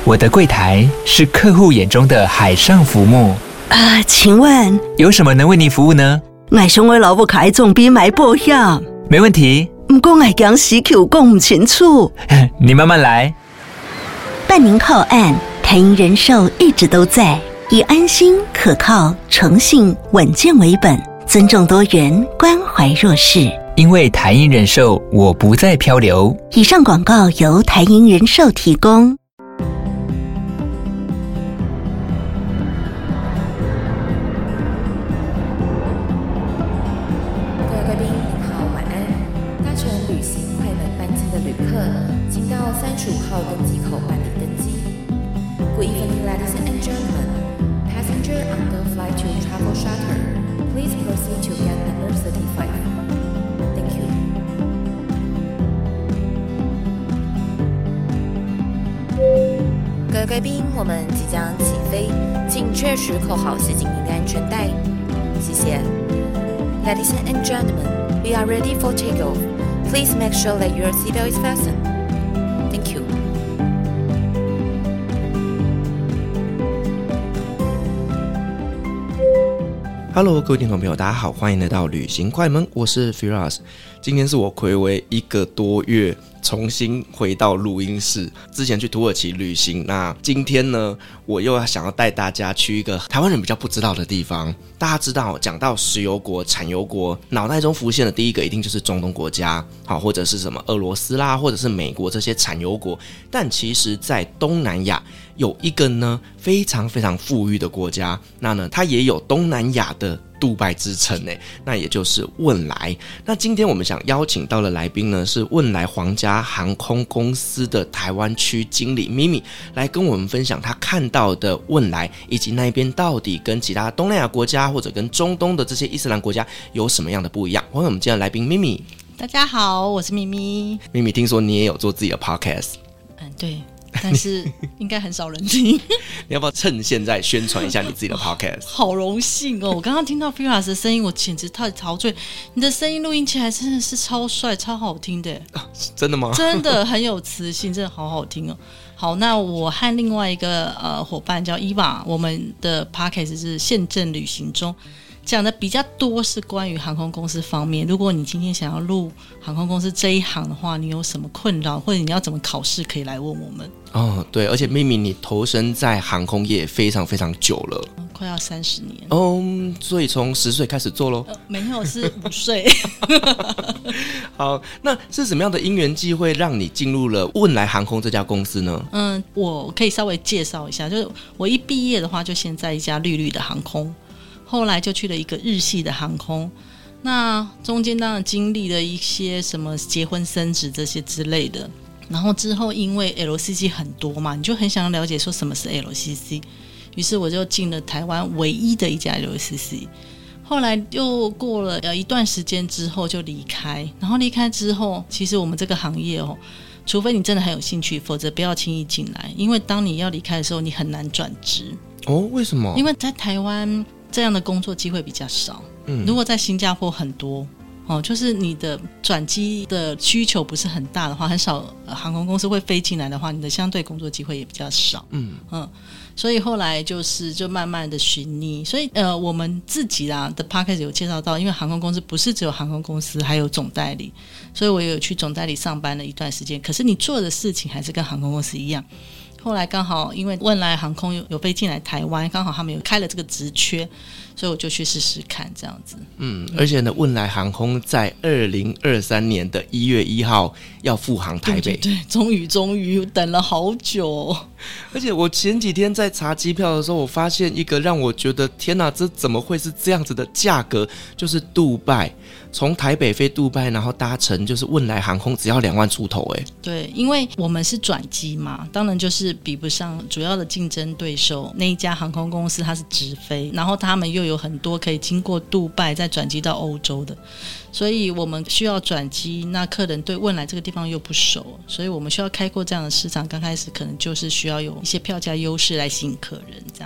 我的柜台是客户眼中的海上浮木。 请问有什么能为您服务呢？ 我想我老母开总比买保险。 没问题。 不过我讲时口讲不清楚。 你慢慢来。 办您靠岸，台银人寿一直都在，以安心、可靠、诚信、稳健为本，尊重多元，关怀弱势。 因为台银人寿，我不再漂流。 以上广告由台银人寿提供。 各位贵宾您好，晚安。搭乘旅行快门班机的旅客，请到35号登机口办理登机。Good evening, ladies and gentlemen. Passenger on the flight to Travel Charter, please proceed to gate number 35. Thank you. 各位贵宾，我们即将起飞，请确实扣好系紧您的安全带。谢谢。Ladies and gentlemen, we are ready for takeoff. Please make sure that your seatbelt is fastened. Thank you. Hello， 各位听众朋友，大家好，欢迎来到旅行快门，我是 Firas。今天是我睽违1个多月重新回到录音室，之前去土耳其旅行，那今天呢，我又想要带大家去一个台湾人比较不知道的地方。大家知道，讲到石油国、产油国，脑袋中浮现的第一个一定就是中东国家，好，或者是什么俄罗斯啦，或者是美国这些产油国。但其实，在东南亚有一个呢非常非常富裕的国家，那呢它也有东南亚的杜拜之称，那也就是汶莱。那今天我们想邀请到的来宾呢，是汶莱皇家航空公司的台湾区经理咪咪，来跟我们分享他看到的汶莱，以及那边到底跟其他东南亚国家或者跟中东的这些伊斯兰国家有什么样的不一样。欢迎我们今天的来宾咪咪。 大家好，我是咪咪。 咪咪，听说你也有做自己的 podcast。 对，但是应该很少人听。 你要不要趁现在宣传一下你自己的 podcast？ 好荣幸哦！我刚刚听到 Firas 的声音，我简直太陶醉。你的声音录音起来真的是超帅、超好听的。 真的吗？ 真的很有磁性，真的好好听哦。好，那我和另外一个伙伴叫伊娃，我们的 podcast 是现正旅行中。讲的比较多是关于航空公司方面。如果你今天想要入航空公司这一行的话，你有什么困扰，或者你要怎么考试，可以来问我们。 哦，对，而且咪咪你投身在航空业非常非常久了， 快要30年。 哦，所以从10岁开始做咯？ 没有，是5岁。 好，那是什么样的因缘际会让你进入了汶莱航空这家公司呢？ 我可以稍微介绍一下，就是我一毕业的话，就先在一家绿绿的航空。后来就去了一个日系的航空，那中间当然经历了一些什么结婚生子这些之类的，然后之后因为 LCC 很多嘛，你就很想了解说什么是 LCC， 于是我就进了台湾唯一的一家 LCC。 后来又过了一段时间之后就离开，然后离开之后，其实我们这个行业除非你真的很有兴趣，否则不要轻易进来，因为当你要离开的时候，你很难转职。 哦，为什么？ 因为在台湾这样的工作机会比较少，如果在新加坡很多就是你的转机的需求不是很大的话，很少航空公司会飞进来的话，你的相对工作机会也比较少。所以后来就慢慢的寻觅，所以我们自己的 podcast 有介绍到，因为航空公司不是只有航空公司，还有总代理，所以我也有去总代理上班了一段时间，可是你做的事情还是跟航空公司一样。后来刚好因为汶莱航空有飞进来台湾，刚好他们有开了这个职缺，所以我就去试试看这样子。 而且呢，汶莱航空在2023年的1月1号要复航台北。 对，终于等了好久而且我前几天在查机票的时候，我发现一个让我觉得天哪，这怎么会是这样子的价格？就是杜拜，从台北飞杜拜，然后搭乘就是汶莱航空，只要2万出头。 对，因为我们是转机嘛，当然就是比不上主要的竞争对手那一家航空公司，它是直飞，然后他们又有很多可以经过杜拜再转机到欧洲的，所以我们需要转机，那客人对汶莱这个地方又不熟，所以我们需要开阔这样的市场，刚开始可能就是需要有一些票价优势来吸引客人这样。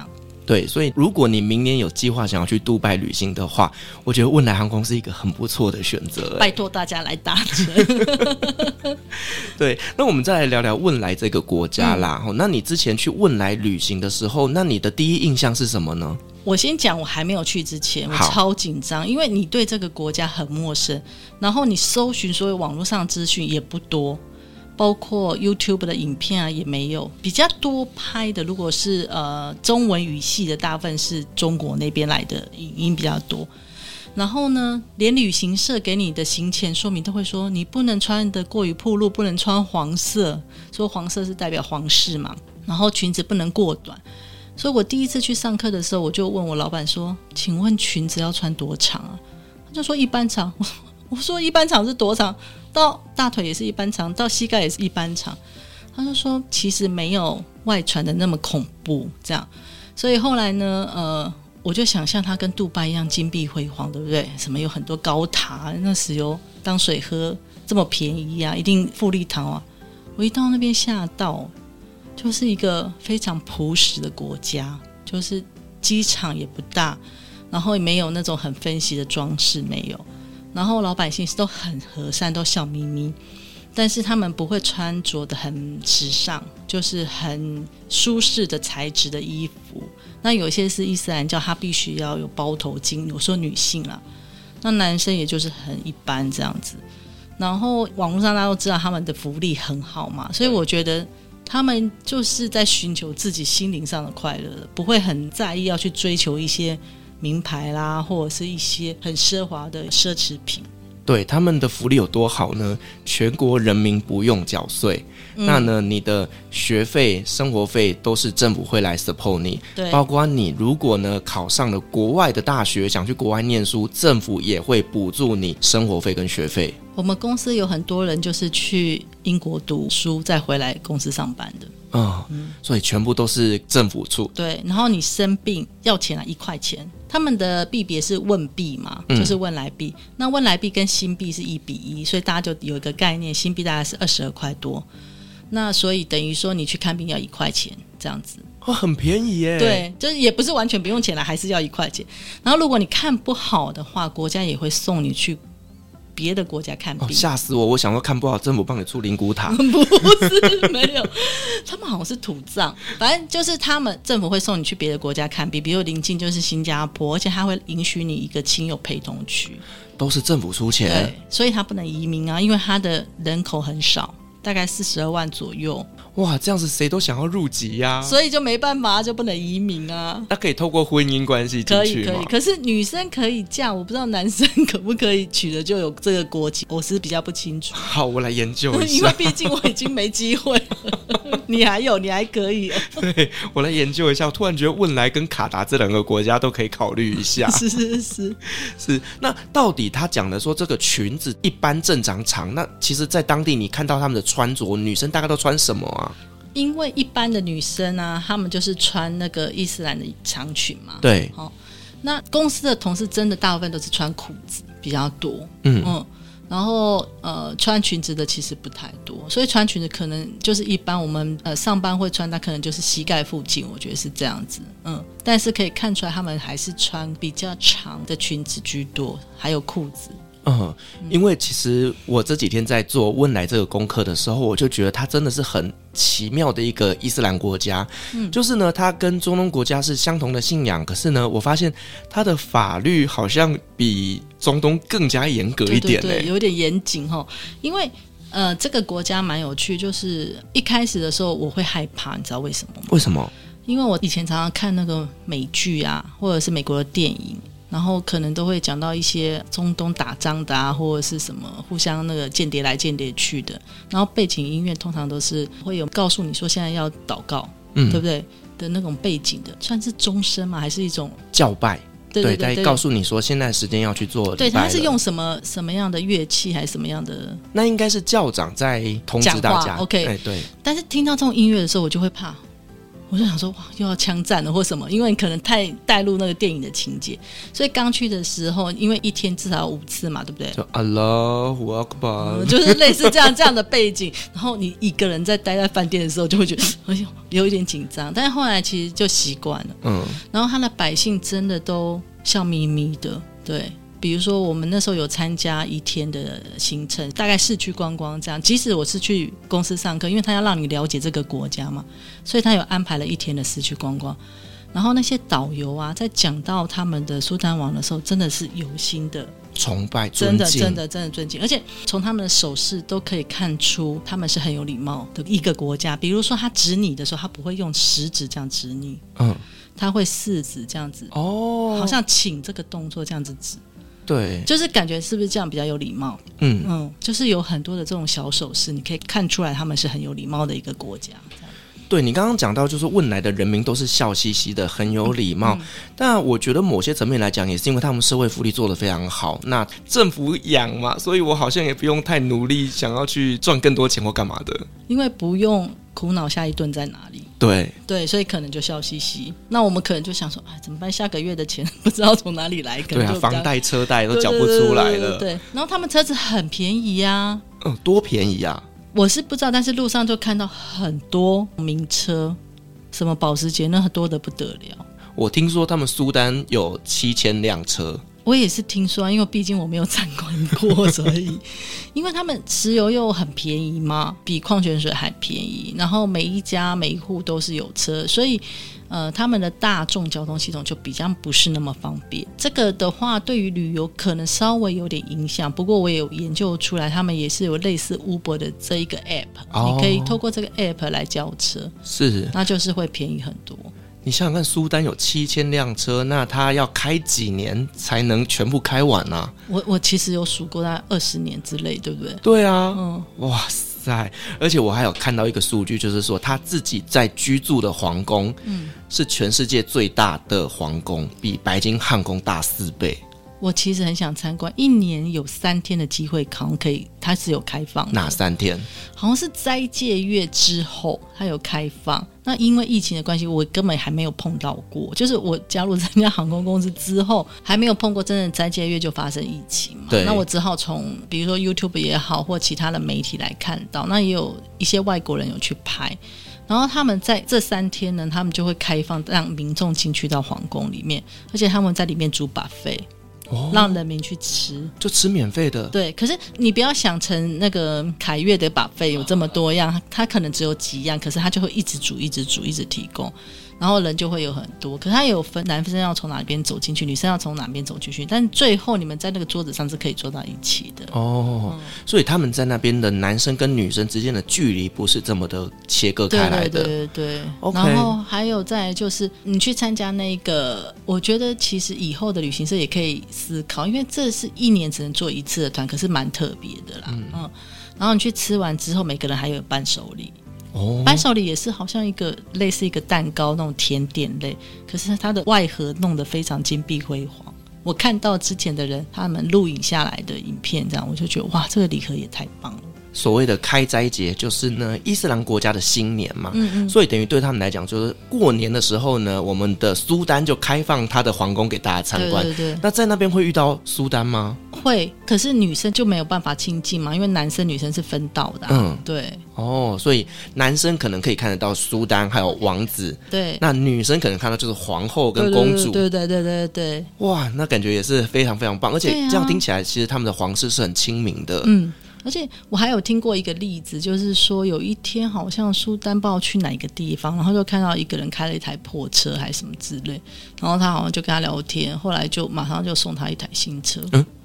对，所以如果你明年有计划想要去杜拜旅行的话，我觉得汶莱航空是一个很不错的选择。 拜托大家来搭乘。 对，那我们再来聊聊汶莱这个国家啦。那你之前去汶莱旅行的时候，那你的第一印象是什么呢？ 我先讲，我还没有去之前，我超紧张，因为你对这个国家很陌生，然后你搜寻所有网络上资讯也不多，包括 YouTube 的影片啊也没有，比较多拍的如果是中文语系的，大部分是中国那边来的影音比较多。然后呢，连旅行社给你的行前说明都会说，你不能穿得过于暴露，不能穿黄色，说黄色是代表皇室嘛，然后裙子不能过短。所以我第一次去上课的时候，我就问我老板说，请问裙子要穿多长啊？他就说一般长。我说一般长是多长？到大腿也是一般长，到膝盖也是一般长。他就说其实没有外传的那么恐怖这样。所以后来呢我就想象它跟杜拜一样金碧辉煌，对不对？什么有很多高塔，那石油当水喝这么便宜啊，一定富丽堂啊。我一到那边吓到，就是一个非常朴实的国家，就是机场也不大，然后也没有那种很分析的装饰，没有。然后老百姓都很和善，都笑眯眯，但是他们不会穿着的很时尚，就是很舒适的材质的衣服。那有些是伊斯兰教，他必须要有包头巾，有时候女性啦，那男生也就是很一般这样子。然后网络上大家都知道他们的福利很好嘛，所以我觉得他们就是在寻求自己心灵上的快乐，不会很在意要去追求一些名牌啦，或者是一些很奢华的奢侈品。 对，他们的福利有多好呢？全国人民不用缴税，那呢，你的学费、生活费都是政府会来 support 你， 对， 包括你如果呢考上了国外的大学，想去国外念书，政府也会补助你生活费跟学费。 我们公司有很多人就是去英国读书，再回来公司上班的。 所以全部都是政府出。 对，然后你生病要钱1块钱，他们的币别是汶币嘛，就是汶莱币。那汶莱币跟新币是1:1，所以大家就有一个概念，新币大概是22块多。那所以等于说你去看病要1块钱这样子。 很便宜耶。 对，就是也不是完全不用钱了，还是要1块钱。然后如果你看不好的话，国家也会送你去别的国家看病。 吓死我！我想说看不好，政府帮你出灵骨塔。 不是，没有，他们好像是土葬，反正就是他们政府会送你去别的国家看病，比如邻近就是新加坡，而且他会允许你一个亲友陪同去， 都是政府出钱。 对，所以他不能移民啊，因为他的人口很少，大概42万左右。 哇，这样子谁都想要入籍呀， 所以就没办法，就不能移民啊。 那可以透过婚姻关系进去吗？ 可以，可是女生可以嫁，我不知道男生可不可以娶了就有这个国籍，我是比较不清楚。 好，我来研究一下。 因为毕竟我已经没机会了。你还可以。 对，我来研究一下。我突然觉得汶莱跟卡达这2个国家都可以考虑一下。 是。 那到底他讲的说这个裙子一般正常长，那其实在当地你看到他们的穿着，女生大概都穿什么啊？ 因为一般的女生啊，她们就是穿那个伊斯兰的长裙嘛。 对。 那公司的同事真的大部分都是穿裤子比较多。然后穿裙子的其实不太多，所以穿裙子可能就是一般我们上班会穿，它可能就是膝盖附近，我觉得是这样子。但是可以看出来他们还是穿比较长的裙子居多，还有裤子。 因为其实我这几天在做汶莱这个功课的时候，我就觉得它真的是很奇妙的一个伊斯兰国家。就是呢，它跟中东国家是相同的信仰，可是呢，我发现它的法律好像比中东更加严格一点。 对，有点严谨齁。因为这个国家蛮有趣，就是一开始的时候我会害怕，你知道为什么吗？ 为什么？ 因为我以前常常看那个美剧啊，或者是美国的电影，然后可能都会讲到一些中东打仗的啊，或者是什么互相那个间谍来间谍去的，然后背景音乐通常都是会有告诉你说现在要祷告，对不对的那种背景的，算是钟声吗？还是一种教拜？ 对， 在告诉你说现在时间要去做礼拜了。 对，他是用什么样的乐器还是什么样的？ 那应该是教长在通知大家。 OK， 对。 但是听到这种音乐的时候，我就会怕。 我就想说哇，又要枪战了或什么，因为可能太带入那个电影的情节，所以刚去的时候，因为一天至少有5次嘛，对不对？ 就 Allahu Akbar， 就是类似这样的背景，然后你一个人在待在饭店的时候，就会觉得哎呦有一点紧张，但是后来其实就习惯了。然后他的百姓真的都笑眯眯的，对。比如说我们那时候有参加1天的行程，大概市区观光这样，即使我是去公司上课，因为他要让你了解这个国家嘛，所以他有安排了1天的市区观光。然后那些导游啊，在讲到他们的苏丹王的时候，真的是有心的崇拜尊敬， 真的尊敬，而且从他们的手势都可以看出他们是很有礼貌的一个国家。比如说他指你的时候，他不会用食指这样指你，他会4指这样子，好像请这个动作这样子指。对，就是感觉是不是这样比较有礼貌？就是有很多的这种小手势，你可以看出来他们是很有礼貌的一个国家。 对，你刚刚讲到就是汶莱的人民都是笑嘻嘻的，很有礼貌，但我觉得某些层面来讲也是因为他们社会福利做得非常好，那政府养嘛，所以我好像也不用太努力想要去赚更多钱或干嘛的， 因为不用苦恼下一顿在哪里。 对， 所以可能就笑嘻嘻。那我们可能就想说，哎，怎么办？下个月的钱不知道从哪里来，可能就房贷车贷都缴不出来了。 对，然后他们车子很便宜啊。 多便宜啊？ 我是不知道，但是路上就看到很多名车，什么保时捷，那很多的不得了。 我听说他们苏丹有7000辆车。 我也是听说，因为毕竟我没有参观过，所以因为他们石油又很便宜嘛，比矿泉水还便宜，然后每一家每一户都是有车，所以他们的大众交通系统就比较不是那么方便。这个的话对于旅游可能稍微有点影响，不过我也有研究出来，他们也是有类似 Uber 的这一个 App，你可以透过这个 App 来叫车，是，那就是会便宜很多。 你想想看，苏丹有7000辆车，那他要开几年才能全部开完啊？ 我其实有数过，大概20年之类，对不对？ 对啊，哇塞！而且我还有看到一个数据，就是说他自己在居住的皇宫，是全世界最大的皇宫，比白金汉宫大4倍。 我其实很想参观，1年有3天的机会，好像可以，它是有开放的。 哪3天？ 好像是斋戒月之后它有开放。那因为疫情的关系，我根本还没有碰到过。就是我加入这家航空公司之后，还没有碰过真的斋戒月就发生疫情嘛。对。那我只好从比如说 YouTube 也好，或其他的媒体来看到，那也有一些外国人有去拍。然后他们在这3天呢，他们就会开放让民众进去到皇宫里面，而且他们在里面煮 buffet。让人民去吃， 就吃免费的。 对，可是你不要想成那个凯悦的 buffet有这么多样，它可能只有几样，可是它就会一直煮一直提供，然后人就会有很多。可是它也有分男生要从哪边走进去，女生要从哪边走进去，但最后你们在那个桌子上是可以坐到一起的。 所以他们在那边的男生跟女生之间的距离不是这么的切割开来的。 对。然后还有再来就是你去参加那个，我觉得其实以后的旅行社也可以思考，因为这是1年只能做1次的团，可是蛮特别的啦。然后你去吃完之后，每个人还有伴手礼。伴手礼也是好像一个类似一个蛋糕那种甜点类，可是它的外盒弄得非常金碧辉煌。我看到之前的人他们录影下来的影片，这样我就觉得哇，这个礼盒也太棒了。 所谓的开斋节就是呢伊斯兰国家的新年嘛，所以等于对他们来讲，就是过年的时候呢，我们的苏丹就开放他的皇宫给大家参观。对。那在那边会遇到苏丹吗？ 会，可是女生就没有办法亲近嘛，因为男生女生是分道的。对。 所以男生可能可以看得到苏丹还有王子，对。那女生可能看到就是皇后跟公主。 对。 哇，那感觉也是非常非常棒，而且这样听起来，其实他们的皇室是很亲民的。 而且我还有听过一个例子，就是说有一天好像苏丹不知道去哪一个地方，然后就看到一个人开了一台破车还是什么之类，然后他好像就跟他聊天，后来就马上就送他一台新车。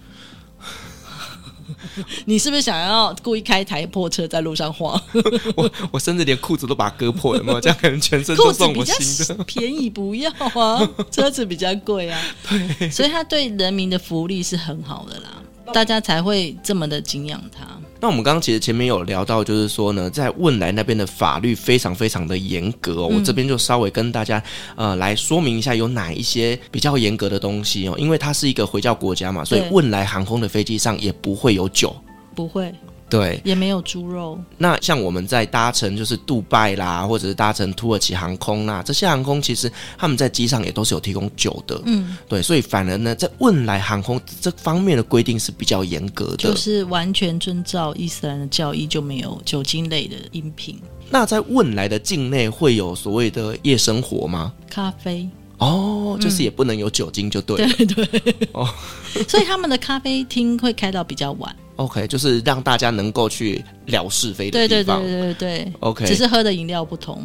你是不是想要故意开一台破车在路上晃？ 我甚至连裤子都把它割破了，有没有？这样可能全身都送我新的。 裤子比较便宜不要啊，车子比较贵啊。对，所以他对人民的福利是很好的啦，大家才会这么的敬仰他。 那我们刚刚其实前面有聊到，就是说呢，在汶莱那边的法律非常非常的严格我这边就稍微跟大家来说明一下有哪一些比较严格的东西因为它是一个回教国家嘛，所以汶莱航空的飞机上也不会有酒。 不会。 对， 也没有猪肉。 那像我们在搭乘就是杜拜啦，或者是搭乘土耳其航空啦，这些航空其实他们在机上也都是有提供酒的。对，所以反而呢，在汶莱航空这方面的规定是比较严格的，就是完全遵照伊斯兰的教义，就没有酒精类的饮品。 那在汶莱的境内会有所谓的夜生活吗？ 咖啡就是也不能有酒精就对了。 对所以他们的咖啡厅会开到比较晚。 OK， 就是让大家能够去聊是非的地方。 对 OK， 只是喝的饮料不同。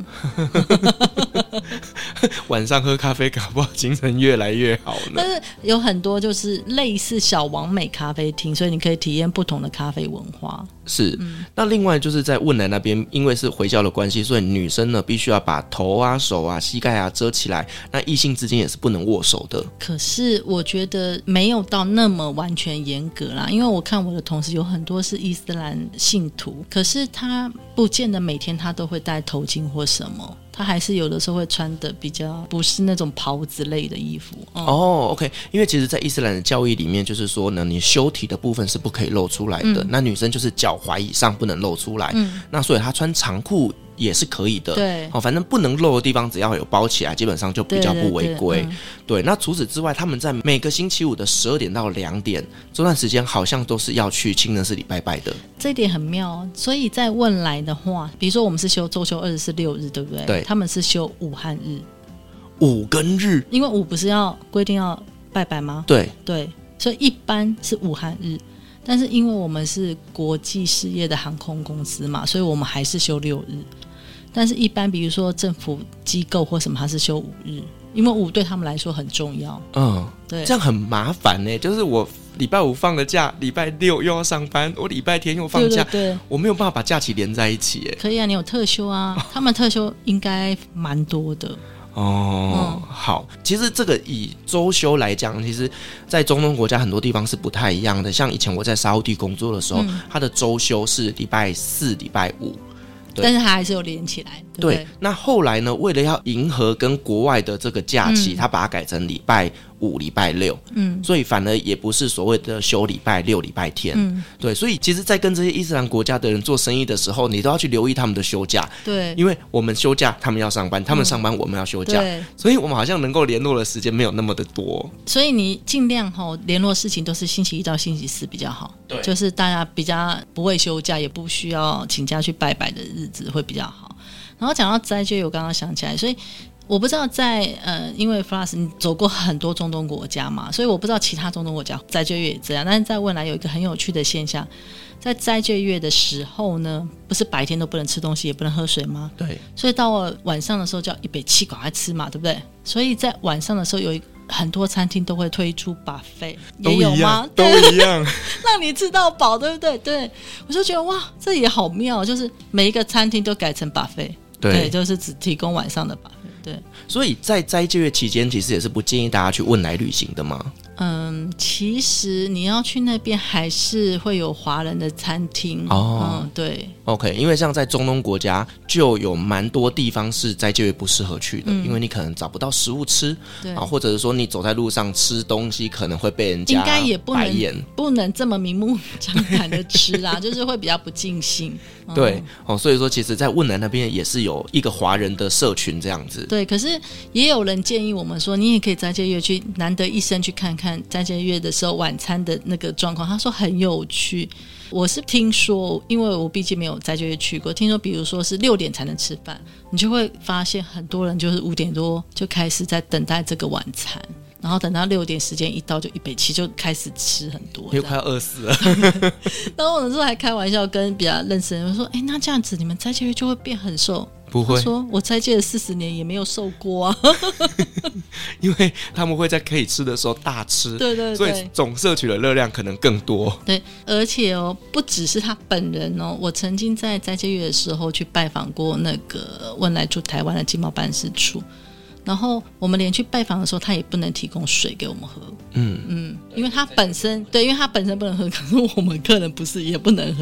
晚上喝咖啡搞不好精神越来越好呢。 但是有很多就是类似小王美咖啡厅，所以你可以体验不同的咖啡文化。 是，那另外就是在汶莱那边，因为是回教的关系，所以女生呢必须要把头啊、手啊、膝盖啊遮起来，那异性之间也是不能握手的。 可是我觉得没有到那么完全严格啦，因为我看我的同事有很多是伊斯兰信徒，可是他不见得每天他都会戴头巾或什么，他还是有的时候会穿的比较不是那种袍子类的衣服。 OK， 因为其实在伊斯兰的教义里面就是说呢，你修体的部分是不可以露出来的，那女生就是脚踝以上不能露出来，那所以她穿长裤也是可以的。 对， 反正不能露的地方只要有包起来，基本上就比较不违规。对，那除此之外，他们在每个星期五的12点到2点这段时间，好像都是要去清真寺里拜拜的。 这一点很妙，所以在汶莱的话，比如说我们是休周休24、6日，对不对？ 对， 他们是休午汉日。 午跟日， 因为午不是要规定要拜拜吗？ 对， 所以一般是午汉日。但是因为我们是国际事业的航空公司嘛，所以我们还是休6日。但是一般比如说政府机构或什么，它是休5日，因为5对他们来说很重要。对， 这样很麻烦欸，就是我礼拜5放了假，礼拜6又要上班，我礼拜天又放假， 对， 我没有办法把假期连在一起欸。 可以啊，你有特休啊，他们特休应该蛮多的。 好，其实这个以周休来讲，其实在中东国家很多地方是不太一样的。像以前我在沙烏地工作的时候，它的周休是礼拜4、礼拜5， 但是它还是有连起来。对， 那后来呢，为了要迎合跟国外的这个假期，它把它改成礼拜5、礼拜6，所以反而也不是所谓的休礼拜6、礼拜天。对，所以其实在跟这些伊斯兰国家的人做生意的时候，你都要去留意他们的休假。 对， 因为我们休假，他们要上班，他们上班，我们要休假，所以我们好像能够联络的时间没有那么的多。 所以你尽量联络事情都是星期1到星期4比较好。对，就是大家比较不会休假，也不需要请假去拜拜的日子会比较好。然后讲到斋戒，我刚刚想起来，所以我不知道因为 Flas 你走过很多中东国家嘛，所以我不知道其他中东国家斋戒月也这样。但是在汶莱有一个很有趣的现象，在斋戒月的时候呢，不是白天都不能吃东西，也不能喝水吗？对，所以到了晚上的时候就要一杯气赶快吃嘛，对不对？所以在晚上的时候很多餐厅都会推出 buffet， 也有吗？ 都一样， 让你吃到饱，对不对？对，我就觉得哇，这也好妙，就是每一个餐厅都改成 buffet， 对，就是只提供晚上的 buffet。对， 所以在斋戒月期间，其实也是不建议大家去汶莱旅行的嘛。 其实你要去那边还是会有华人的餐厅对 OK， 因为像在中东国家就有蛮多地方是斋戒月不适合去的，因为你可能找不到食物吃，或者是说你走在路上吃东西可能会被人家应该也白眼， 不能这么明目张胆的吃啦就是会比较不尽兴。 对所以说其实在汶莱那边也是有一个华人的社群这样子。 对，可是也有人建议我们说，你也可以斋戒月去，难得一生去看看斋戒月的时候晚餐的那个状况，他说很有趣。我是听说，因为我毕竟没有斋戒月去过，听说比如说是6点才能吃饭，你就会发现很多人就是5点多就开始在等待这个晚餐，然后等到6点时间一到就一杯气就开始吃很多， 因为快要饿死了然后我那时候还开玩笑跟比较认识的人说，那这样子你们斋戒月就会变很瘦。 不会， 他说我斋戒了40年也没有瘦过啊因为他们会在可以吃的时候大吃， 对， 所以总摄取的热量可能更多。 对，而且不只是他本人我曾经在斋戒月的时候去拜访过那个汶莱驻台湾的经贸办事处，然后我们连去拜访的时候他也不能提供水给我们喝。因为他本身不能喝，可是我们客人不是也不能喝。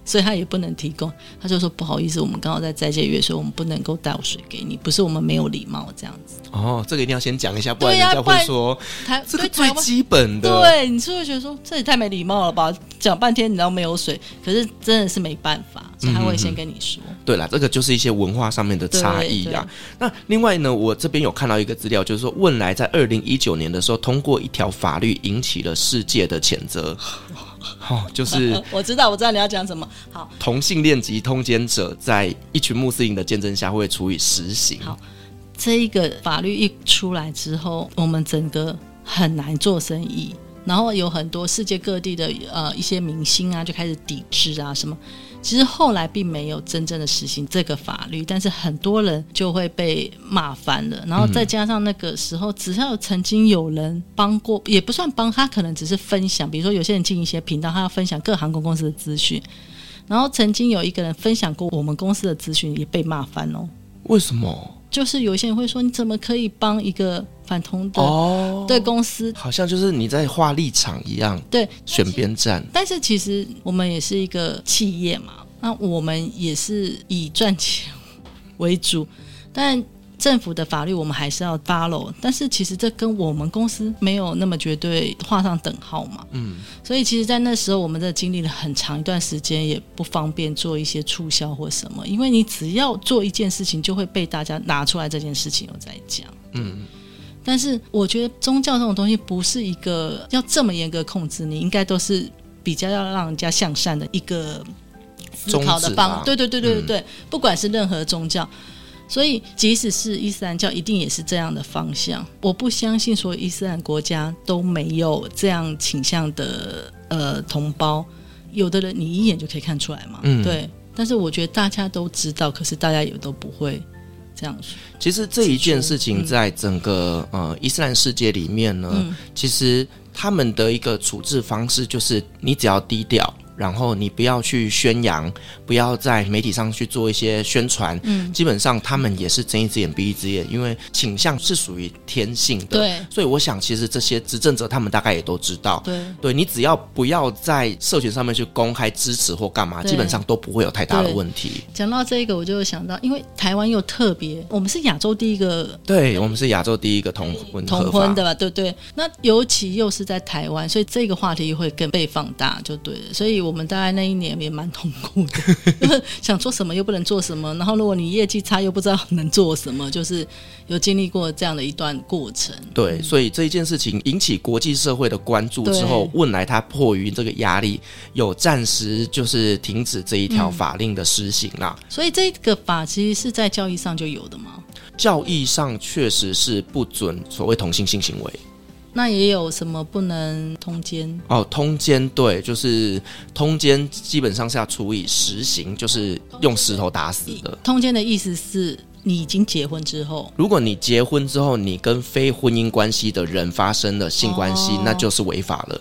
所以他也不能提供。他就说不好意思，我们刚好在斋戒月，所以我们不能够倒水给你，不是我们没有礼貌这样子。 哦，这个一定要先讲一下，不然人家会说这个最基本的。 对，你是会觉得说这也太没礼貌了吧？讲半天你都没有水，可是真的是没办法，所以他会先跟你说。 对啦，这个就是一些文化上面的差异啊。那另外呢，我这边有看到一个资料，就是说汶莱在2019年的时候通过一条法律，引起了世界的谴责。就是我知道你要讲什么。好， 同性恋及通奸者在一群穆斯林的见证下会处以实刑。 好，这一个法律一出来之后，我们整个很难做生意，然后有很多世界各地的一些明星啊就开始抵制啊什么。其实后来并没有真正的实行这个法律，但是很多人就会被骂翻了。然后再加上那个时候，只要曾经有人帮过，也不算帮，他可能只是分享。比如说有些人进一些频道，他要分享各航空公司的资讯，然后曾经有一个人分享过我们公司的资讯，也被骂翻哦。 为什么？ 就是有些人会说，你怎么可以帮一个反同的对公司？ 好像就是你在画立场一样， 对， 选边站。 但是其实我们也是一个企业嘛，那我们也是以赚钱为主，但政府的法律我们还是要 follow， 但是其实这跟我们公司没有那么绝对画上等号嘛。所以其实在那时候我们经历了很长一段时间，也不方便做一些促销或什么，因为你只要做一件事情就会被大家拿出来这件事情有在讲。但是我觉得宗教这种东西不是一个要这么严格控制，你应该都是比较要让人家向善的一个思考的方式。对，不管是任何宗教，所以即使是伊斯兰教一定也是这样的方向。我不相信所有伊斯兰国家都没有这样倾向的同胞，有的人你一眼就可以看出来嘛。对，但是我觉得大家都知道，可是大家也都不会这样说。 其实这一件事情在整个伊斯兰世界里面呢，其实他们的一个处置方式就是你只要低调，然后你不要去宣扬，不要在媒体上去做一些宣传，基本上他们也是睁一只眼闭一只眼，因为倾向是属于天性的。 对， 所以我想其实这些执政者他们大概也都知道，对，你只要不要在社群上面去公开支持或干嘛，基本上都不会有太大的问题。 讲到这个我就想到，因为台湾又特别，我们是亚洲第一个， 对，我们是亚洲第一个同婚的吧，对，那尤其又是在台湾，所以这个话题会更被放大就对了。所以我们大概那一年也蛮痛苦的想做什么又不能做什么，然后如果你业绩差又不知道能做什么，就是有经历过这样的一段过程。 对，所以这一件事情引起国际社会的关注之后，汶莱他迫于这个压力，有暂时就是停止这一条法令的施行啦。 所以这个法其实是在教义上就有的吗？ 教义上确实是不准所谓同性性行为。 那也有什么不能通奸？ 通奸，对，就是通奸基本上是要处以实刑，就是用石头打死的。 通奸的意思是你已经结婚之后， 如果你结婚之后你跟非婚姻关系的人发生了性关系，那就是违法了。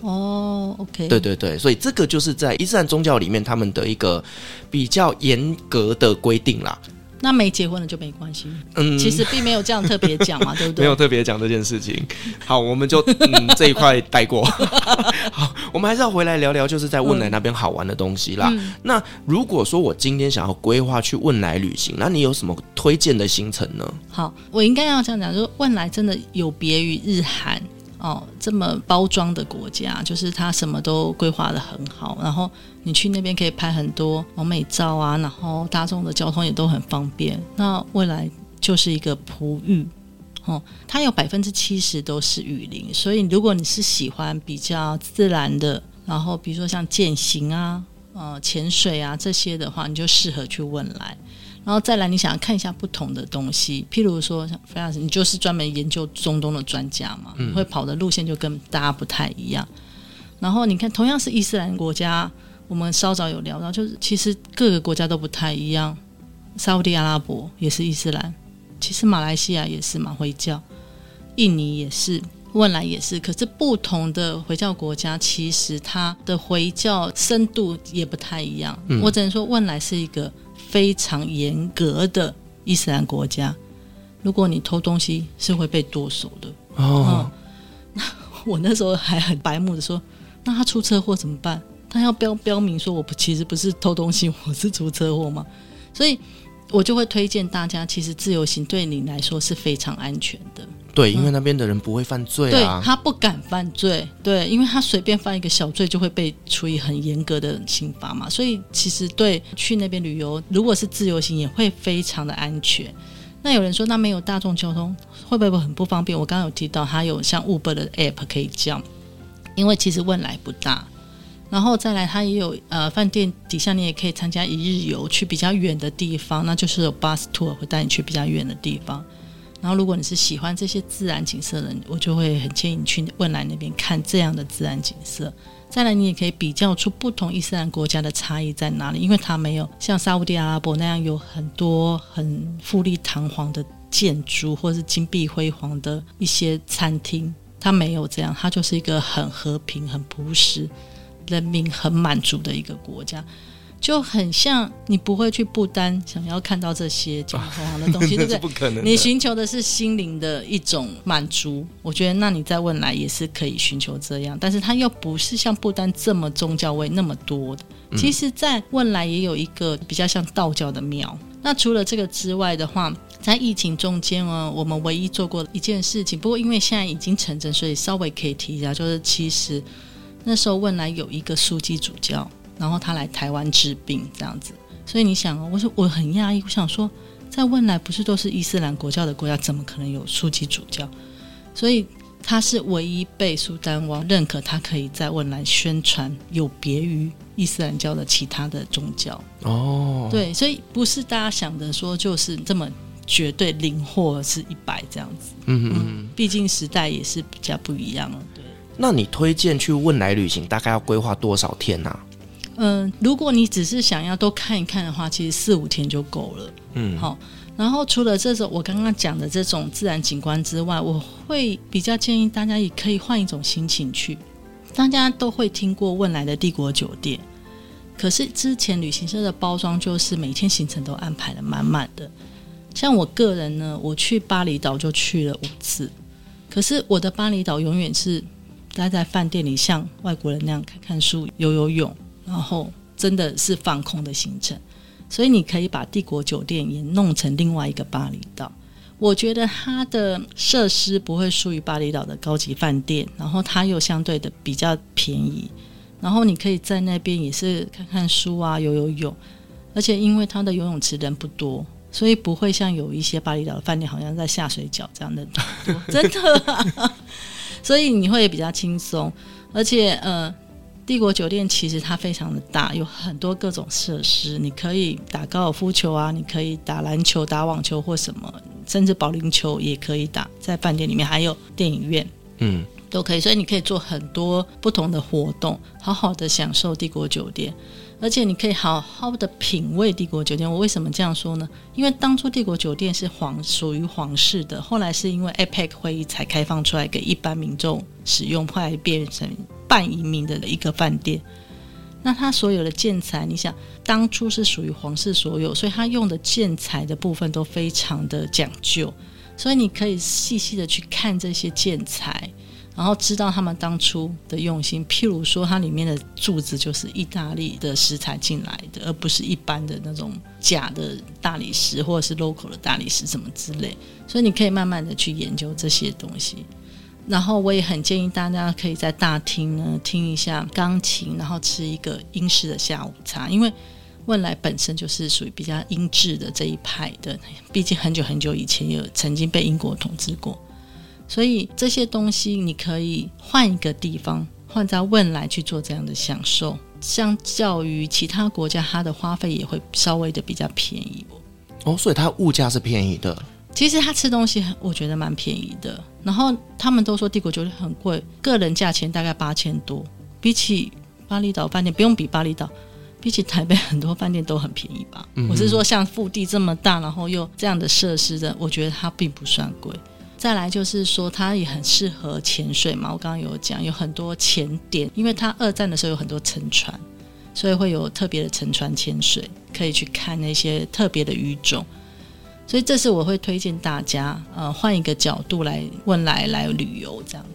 OK， 对，所以这个就是在伊斯兰宗教里面他们的一个比较严格的规定啦。 那没结婚了就没关系，其实并没有这样特别讲嘛，对不对？ 没有特别讲这件事情。好，我们就这一块带过。好，我们还是要回来聊聊，就是在汶莱那边好玩的东西啦。那如果说我今天想要规划去汶莱旅行，那你有什么推荐的行程呢？ 好，我应该要这样讲，就是汶莱真的有别于日韩这么包装的国家，就是它什么都规划得很好，然后你去那边可以拍很多完美照啊，然后大众的交通也都很方便。那未来就是一个璞玉它有 70% 都是雨林，所以如果你是喜欢比较自然的，然后比如说像健行啊潜水啊这些的话，你就适合去汶莱。然后再来你想要看一下不同的东西，譬如说像菲亚斯，你就是专门研究中东的专家嘛，你会跑的路线就跟大家不太一样。然后你看同样是伊斯兰国家，我们稍早有聊到，就是其实各个国家都不太一样。沙烏地阿拉伯也是伊斯兰，其实马来西亚也是嘛，回教，印尼也是，汶莱也是，可是不同的回教国家其实它的回教深度也不太一样。我只能说汶莱是一个非常严格的伊斯兰国家，如果你偷东西是会被剁手的。我那时候还很白目的说，那他出车祸怎么办？ 他要标明说我其实不是偷东西，我是出车祸嘛。所以我就会推荐大家，其实自由行对你来说是非常安全的。 对，因为那边的人不会犯罪啊， 对，他不敢犯罪，对，因为他随便犯一个小罪就会被处以很严格的刑罚嘛，所以其实对去那边旅游，如果是自由行也会非常的安全。那有人说那没有大众交通会不会很不方便？我刚刚有提到它有像 Uber 的 App 可以叫，因为其实汶莱不大，然后再来它也有饭店底下你也可以参加一日游去比较远的地方，那就是有 Bus Tour 会带你去比较远的地方。然后如果你是喜欢这些自然景色的人，我就会很建议你去汶莱那边看这样的自然景色。再来你也可以比较出不同伊斯兰国家的差异在哪里，因为它没有像沙烏地阿拉伯那样有很多很富丽堂皇的建筑或是金碧辉煌的一些餐厅，它没有这样，它就是一个很和平很朴实人民很满足的一个国家，就很像你不会去不丹想要看到这些金碧辉煌的东西，对不对？ 不可能的， 你寻求的是心灵的一种满足，我觉得那你在汶莱也是可以寻求这样，但是它又不是像不丹这么宗教味那么多的。其实在汶莱也有一个比较像道教的庙。那除了这个之外的话，在疫情中间呢，我们唯一做过一件事情，不过因为现在已经成真，所以稍微可以提一下，就是其实那时候汶莱有一个枢机主教，然后他来台湾治病这样子。所以你想我很讶异，我想说在汶莱不是都是伊斯兰国教的国家，怎么可能有枢机主教？所以他是唯一被苏丹王认可他可以在汶莱宣传有别于伊斯兰教的其他的宗教。哦，对，所以不是大家想的说就是这么绝对零或是100这样子。毕竟时代也是比较不一样了。对， 那你推荐去汶莱旅行大概要规划多少天啊？ 如果你只是想要都看一看的话，其实4-5天就够了。好，然后除了这种我刚刚讲的这种自然景观之外，我会比较建议大家也可以换一种心情去。大家都会听过汶莱的帝国酒店，可是之前旅行社的包装就是每天行程都安排得满满的。像我个人呢，我去巴厘岛就去了5次，可是我的巴厘岛永远是待在饭店里像外国人那样看看书游泳，然后真的是放空的行程。所以你可以把帝国酒店也弄成另外一个巴厘岛，我觉得它的设施不会输于巴厘岛的高级饭店，然后它又相对的比较便宜，然后你可以在那边也是看看书啊，游泳，而且因为它的游泳池人不多，所以不会像有一些巴厘岛的饭店好像在下水饺这样的多真的所以你会比较轻松。而且帝国酒店其实它非常的大，有很多各种设施，你可以打高尔夫球啊，你可以打篮球打网球或什么，甚至保龄球也可以打，在饭店里面还有电影院都可以，所以你可以做很多不同的活动，好好的享受帝国酒店。而且你可以好好的品味帝国酒店。我为什么这样说呢？因为当初帝国酒店是属于皇室的，后来是因为 APEC 会议才开放出来给一般民众使用，后来变成半移民的一个饭店。那它所有的建材，你想当初是属于皇室所有，所以它用的建材的部分都非常的讲究，所以你可以细细的去看这些建材，然后知道他们当初的用心。譬如说它里面的柱子就是意大利的石材进来的，而不是一般的那种假的大理石或者是 local 的大理石什么之类，所以你可以慢慢的去研究这些东西。然后我也很建议大家可以在大厅呢听一下钢琴，然后吃一个英式的下午茶，因为汶莱本身就是属于比较英制的这一派的，毕竟很久很久以前也有曾经被英国统治过，所以这些东西你可以换一个地方，换在汶莱去做这样的享受，相较于其他国家它的花费也会稍微的比较便宜。 所以它物价是便宜的。 其实他吃东西我觉得蛮便宜的，然后他们都说帝国酒店很贵，个人价钱大概8000多，比起巴厘岛饭店，不用比巴厘岛，比起台北很多饭店都很便宜吧。我是说像腹地这么大，然后又这样的设施的，我觉得它并不算贵。再来就是说它也很适合潜水嘛，我刚刚有讲有很多潜点，因为它2战的时候有很多沉船，所以会有特别的沉船潜水，可以去看那些特别的鱼种。所以这是我会推荐大家换一个角度来汶莱来旅游这样子。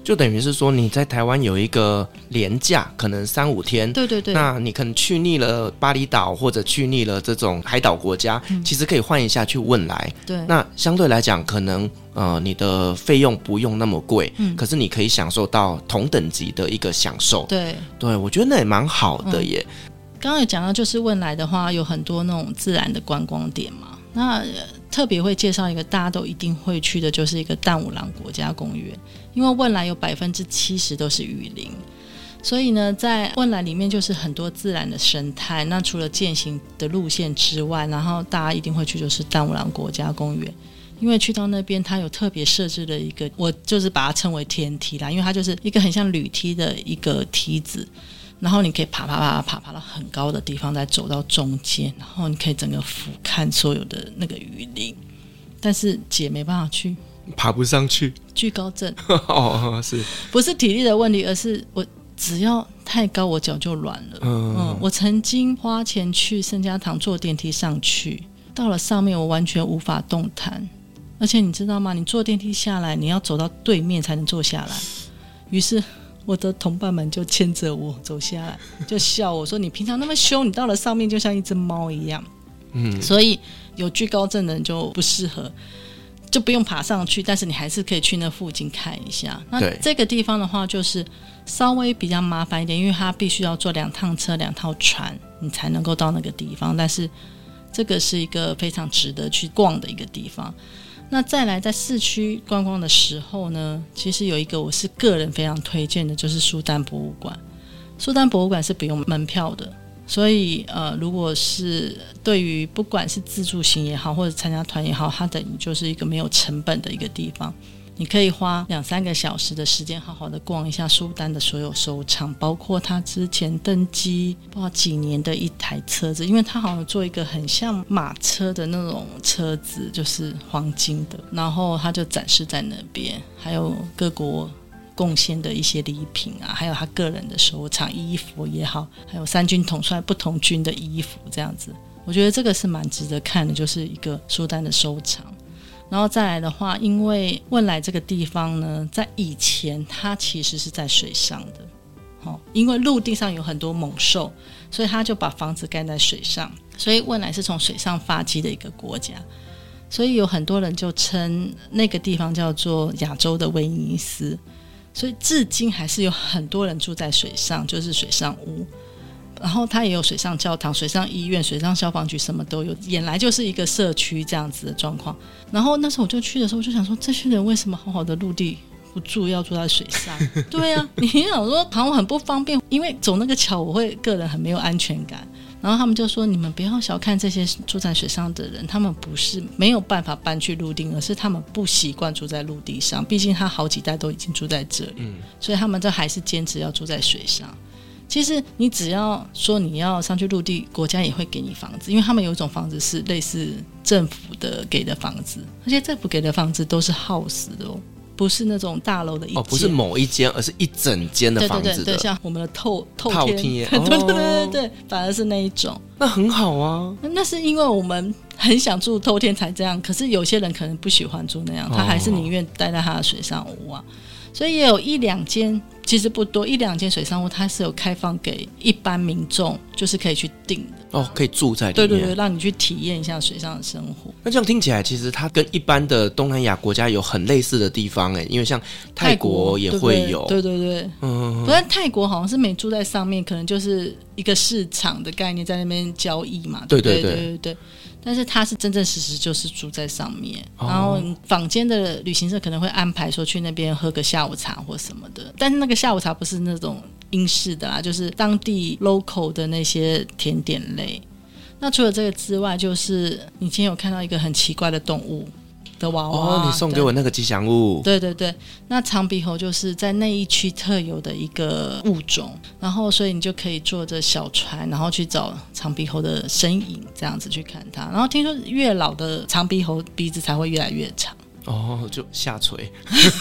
就等于是说你在台湾有一个连假，可能3-5天， 对对对， 那你可能去腻了巴厘岛或者去腻了这种海岛国家，其实可以换一下去汶莱。 对， 那相对来讲可能你的费用不用那么贵，可是你可以享受到同等级的一个享受。 对， 我觉得那也蛮好的耶。 刚刚有讲到，就是汶莱的话有很多那种自然的观光点嘛，那特别会介绍一个大家都一定会去的，就是一个淡武廊国家公园。因为汶莱有70%都是雨林，所以呢在汶莱里面就是很多自然的生态。那除了健行的路线之外，然后大家一定会去就是淡武廊国家公园，因为去到那边它有特别设置的一个，我就是把它称为天梯啦，因为它就是一个很像铝梯的一个梯子，然后你可以爬到很高的地方，再走到中间，然后你可以整个俯瞰所有的那个雨林。但是姐没办法去， 爬不上去， 惧高症是不是体力的问题，而是我只要太高我脚就软了。我曾经花钱去圣家堂坐电梯上去，到了上面我完全无法动弹，而且你知道吗，你坐电梯下来你要走到对面才能坐下来，于是我的同伴们就牵着我走下来，就笑我说你平常那么凶，你到了上面就像一只猫一样。所以有惧高症的人就不适合，就不用爬上去，但是你还是可以去那附近看一下。那这个地方的话就是稍微比较麻烦一点，因为它必须要坐2趟车2套船你才能够到那个地方，但是这个是一个非常值得去逛的一个地方。那再来在市区观光的时候呢，其实有一个我是个人非常推荐的，就是苏丹博物馆。苏丹博物馆是不用门票的，所以如果是对于不管是自助行也好或者参加团也好，它等于就是一个没有成本的一个地方，你可以花2-3个小时的时间好好的逛一下苏丹的所有收藏，包括他之前登基不知道几年的一台车子，因为他好像做一个很像马车的那种车子，就是黄金的，然后他就展示在那边，还有各国贡献的一些礼品啊，还有他个人的收藏，衣服也好，还有3军统帅不同军的衣服这样子，我觉得这个是蛮值得看的，就是一个苏丹的收藏。然后再来的话，因为汶莱这个地方呢，在以前它其实是在水上的，因为陆地上有很多猛兽，所以他就把房子盖在水上，所以汶莱是从水上发迹的一个国家，所以有很多人就称那个地方叫做亚洲的威尼斯，所以至今还是有很多人住在水上，就是水上屋。然后它也有水上教堂、水上医院、水上消防局，什么都有，原来就是一个社区这样子的状况。然后那时候我就去的时候，我就想说，这些人为什么好好的陆地不住，要住在水上？对啊，你想说好像很不方便，因为走那个桥我会个人很没有安全感。然后他们就说，你们不要小看这些住在水上的人，他们不是没有办法搬去陆地，而是他们不习惯住在陆地上，毕竟他好几代都已经住在这里，所以他们这还是坚持要住在水上。其实你只要说你要上去陆地，国家也会给你房子，因为他们有一种房子是类似政府的给的房子，而且政府给的房子都是 house 的哦，不是那种大楼的一间， 不是某一间，而是一整间的房子的。对对对， 像我们的透天对对对对，反而是那一种。 那很好啊， 那是因为我们很想住透天才这样，可是有些人可能不喜欢住那样，他还是宁愿待在他的水上屋啊。所以也有1-2间，其实不多，1-2间水上屋它是有开放给一般民众，就是可以去订的可以住在里面。 对对对，让你去体验一下水上的生活。 那这样听起来，其实它跟一般的东南亚国家有很类似的地方因为像泰国也会有， 对对对，不然泰国好像是没住在上面，可能就是一个市场的概念在那边交易嘛。 对对对对对对。但是他是真正实就是住在上面，然后坊间的旅行社可能会安排说去那边喝个下午茶或什么的，但是那个下午茶不是那种英式的啦，就是当地 local 的那些甜点类。那除了这个之外，就是你今天有看到一个很奇怪的动物的娃娃你送给我那个吉祥物。 对对对，那长鼻猴就是在那一区特有的一个物种，然后所以你就可以坐着小船，然后去找长鼻猴的身影，这样子去看它。然后听说越老的长鼻猴鼻子才会越来越长。 就下垂。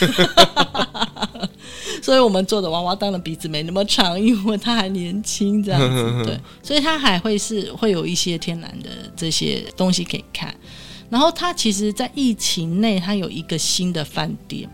所以我们做的娃娃当然鼻子没那么长，因为它还年轻这样子。对，所以它还会有一些天然的这些东西可以看。然后它其实在疫情内它有一个新的饭店，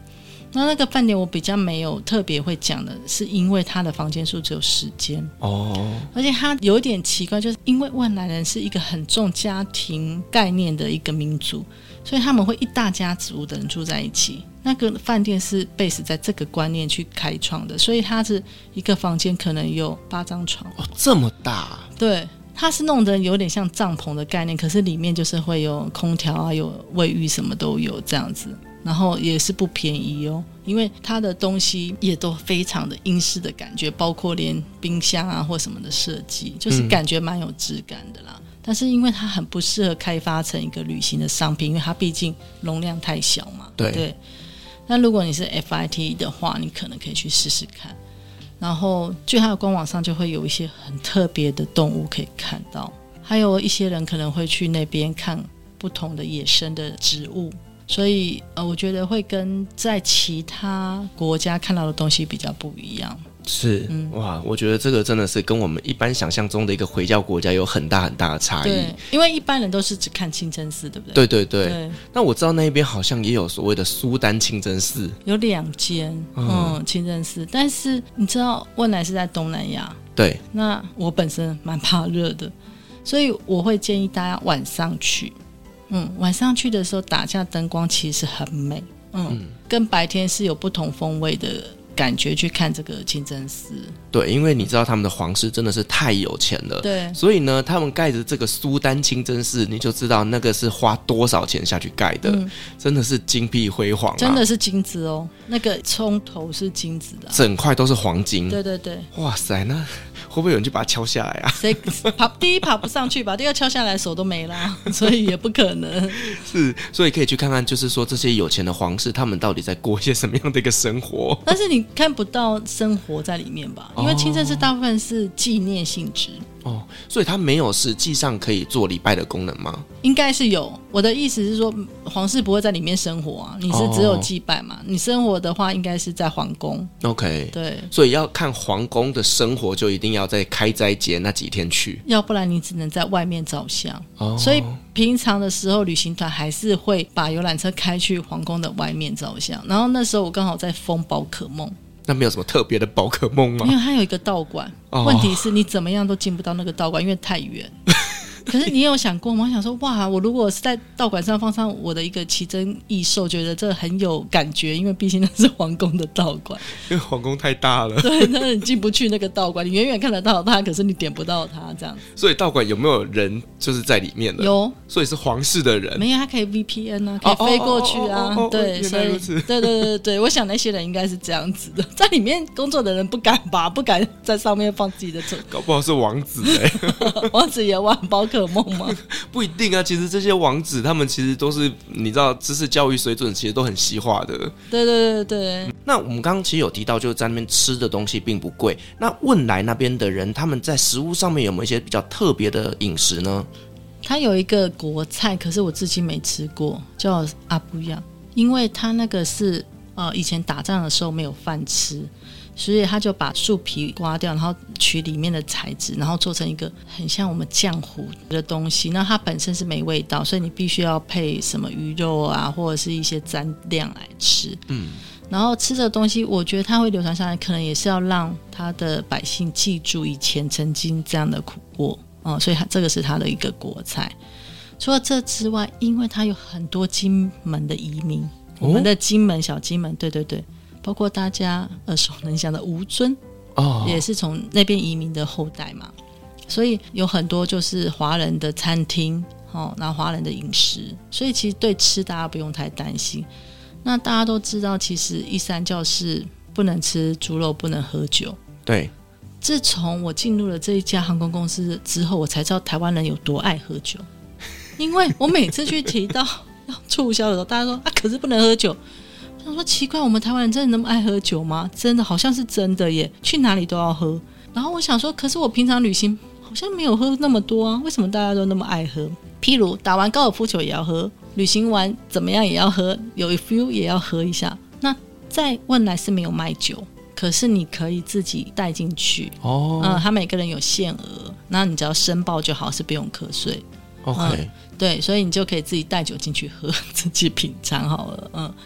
那个饭店我比较没有特别会讲的，是因为它的房间数只有10间而且它有点奇怪，就是因为汶莱人是一个很重家庭概念的一个民族，所以他们会一大家族的人住在一起。那个饭店是 base 在这个观念去开创的，所以它是一个房间可能有8张床这么大。 对，它是弄得有点像帐篷的概念，可是里面就是会有空调啊，有卫浴，什么都有这样子，然后也是不便宜因为它的东西也都非常的英式的感觉，包括连冰箱啊或什么的设计，就是感觉蛮有质感的啦。但是因为它很不适合开发成一个旅行的商品，因为它毕竟容量太小嘛。对。那如果你是 FIT 的话，你可能可以去试试看。然后据它的官网上就会有一些很特别的动物可以看到，还有一些人可能会去那边看不同的野生的植物，所以我觉得会跟在其他国家看到的东西比较不一样。 是哇，我觉得这个真的是跟我们一般想象中的一个回教国家有很大很大的差异。 对，因为一般人都是只看清真寺，对不对？ 对。那我知道那边好像也有所谓的苏丹清真寺， 有2间清真寺，但是你知道汶莱是在东南亚， 对。 那我本身蛮怕热的，所以我会建议大家晚上去。晚上去的时候打下灯光其实很美，跟白天是有不同风味的感觉去看这个清真寺。 对，因为你知道他们的皇室真的是太有钱了， 对， 所以呢他们盖的这个苏丹清真寺，你就知道那个是花多少钱下去盖的，真的是金碧辉煌真的是金子那个葱头是金子的整块都是黄金。 对。 哇塞，那会不会有人就把它敲下来啊？ 第一爬不上去吧，第二敲下来手都没了，所以也不可能。 是，所以可以去看看，就是说这些有钱的皇室他们到底在过一些什么样的一个生活。 但是你看不到生活在里面吧，因为清真寺大部分是纪念性质所以它没有实际上可以做礼拜的功能吗？ 应该是有。我的意思是说皇室不会在里面生活啊，你是只有祭拜嘛，你生活的话应该是在皇宫。 OK， 对， 所以要看皇宫的生活就一定要在开斋节那几天去， 要不然你只能在外面照相所以平常的时候旅行团还是会把游览车开去皇宫的外面照相。然后那时候我刚好在封宝可梦， 那没有什么特别的宝可梦吗？ 因为它有一个道馆问题是你怎么样都进不到那个道馆，因为太远可是你有想过吗？我想说哇，我如果是在道馆上放上我的一个奇珍异兽，觉得这很有感觉，因为毕竟那是皇宫的道馆， 因为皇宫太大了。 对，那你进不去那个道馆，你远远看得到它，可是你点不到它这样。 所以道馆有没有人就是在里面的？ 有， 所以是皇室的人。 没有，它可以 VPN 啊，可以飞过去啊。对，所以对，我想那些人应该是这样子的，在里面工作的人不敢吧，不敢在上面放自己的车， 搞不好是王子王子也玩宝可梦吗？ 不一定啊，其实这些王子他们其实都是你知道知识教育水准其实都很西化的。 对。 那我们刚刚其实有提到就是在那边吃的东西并不贵，那汶莱那边的人他们在食物上面有没有一些比较特别的饮食呢？ 他有一个国菜，可是我至今没吃过，叫阿布样，因为他那个是以前打仗的时候没有饭吃，所以他就把树皮刮掉，然后取里面的材质，然后做成一个很像我们浆糊的东西。那它本身是没味道，所以你必须要配什么鱼肉啊，或者是一些蘸料来吃。然后吃的东西，我觉得它会流传下来，可能也是要让他的百姓记住以前曾经这样的苦过。所以这个是他的一个国菜。除了这之外，因为他有很多金门的移民，我们的金门小金门，对，包括大家耳熟能详的吴尊也是从那边移民的后代嘛，所以有很多就是华人的餐厅然后华人的饮食，所以其实对吃大家不用太担心。那大家都知道其实伊斯兰教是不能吃猪肉，不能喝酒。 对， 自从我进入了这一家航空公司之后，我才知道台湾人有多爱喝酒。因为我每次去提到要促销的时候，大家说可是不能喝酒。我想说奇怪，我们台湾人真的那么爱喝酒吗？真的好像是真的耶，去哪里都要喝。然后我想说，可是我平常旅行好像没有喝那么多啊，为什么大家都那么爱喝？譬如打完高尔夫球也要喝，旅行完怎么样也要喝，有 feel 也要喝一下。那在汶莱是没有卖酒，可是你可以自己带进去他每个人有限额，那你只要申报就好，是不用课税。 OK， 对，所以你就可以自己带酒进去喝，自己品尝好了。